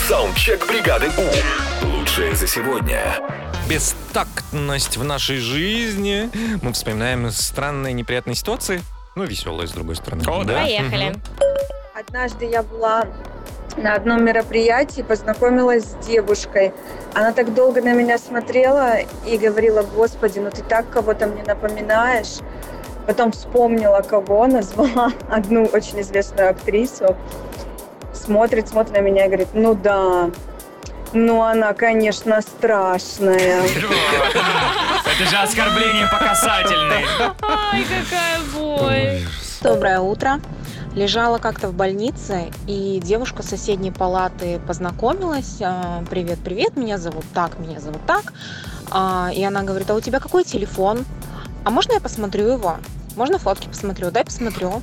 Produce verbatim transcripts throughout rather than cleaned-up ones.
Саундчек бригады У. Лучшее за сегодня. Бестактность в нашей жизни. Мы вспоминаем странные неприятные ситуации. Ну, веселые, с другой стороны. О, да. Поехали. Однажды я была на одном мероприятии, познакомилась с девушкой. Она так долго на меня смотрела и говорила: «Господи, ну ты так кого-то мне напоминаешь». Потом вспомнила, кого, назвала одну очень известную актрису. Смотрит, смотрит на меня и говорит: «Ну да, ну она, конечно, страшная». Это же оскорбление по касательной. Ай, какая боль. Доброе утро. Лежала как-то в больнице, и девушка с соседней палаты познакомилась. Привет, привет, меня зовут так, меня зовут так. И она говорит: а у тебя какой телефон? А можно я посмотрю его? Можно фотки посмотрю? Дай посмотрю.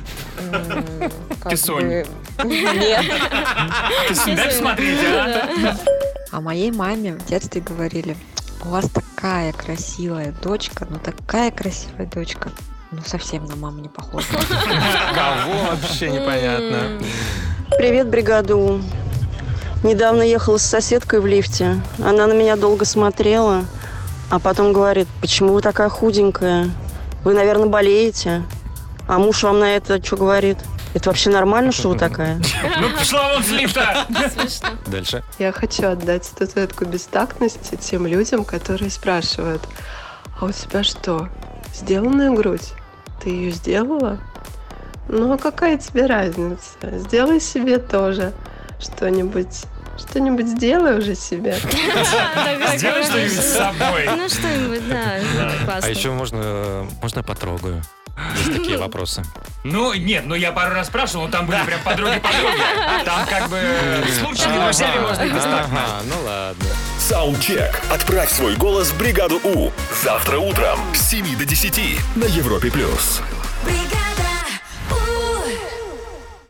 Ты Сонь. Нет. Ты Сонь, дай посмотреть, а? А моей маме в детстве говорили: у вас такая красивая дочка, ну такая красивая дочка. Ну, совсем на маму не похожа. Кого вообще непонятно. Привет, бригада У. Недавно ехала с соседкой в лифте. Она на меня долго смотрела, а потом говорит: почему вы такая худенькая? Вы, наверное, болеете. А муж вам на это что говорит? Это вообще нормально, что вы такая? Ну, пошла вон с лифта! Дальше. Я хочу отдать статуэтку бестактности тем людям, которые спрашивают: а у тебя что, сделанная грудь? Ты ее сделала? Ну, а какая тебе разница? Сделай себе тоже что-нибудь. Что-нибудь сделай уже себе. Сделай что-нибудь с собой. Ну, что-нибудь, да, классно. А еще можно, можно я потрогаю? Есть такие вопросы. Ну, нет, ну я пару раз спрашивал, там были прям подруги-подруги. Там как бы случайно друзьями можно и бестактно. Ага, ну ладно. Саундчек. Отправь свой голос в бригаду У. Завтра утром с семи до десяти на Европе плюс.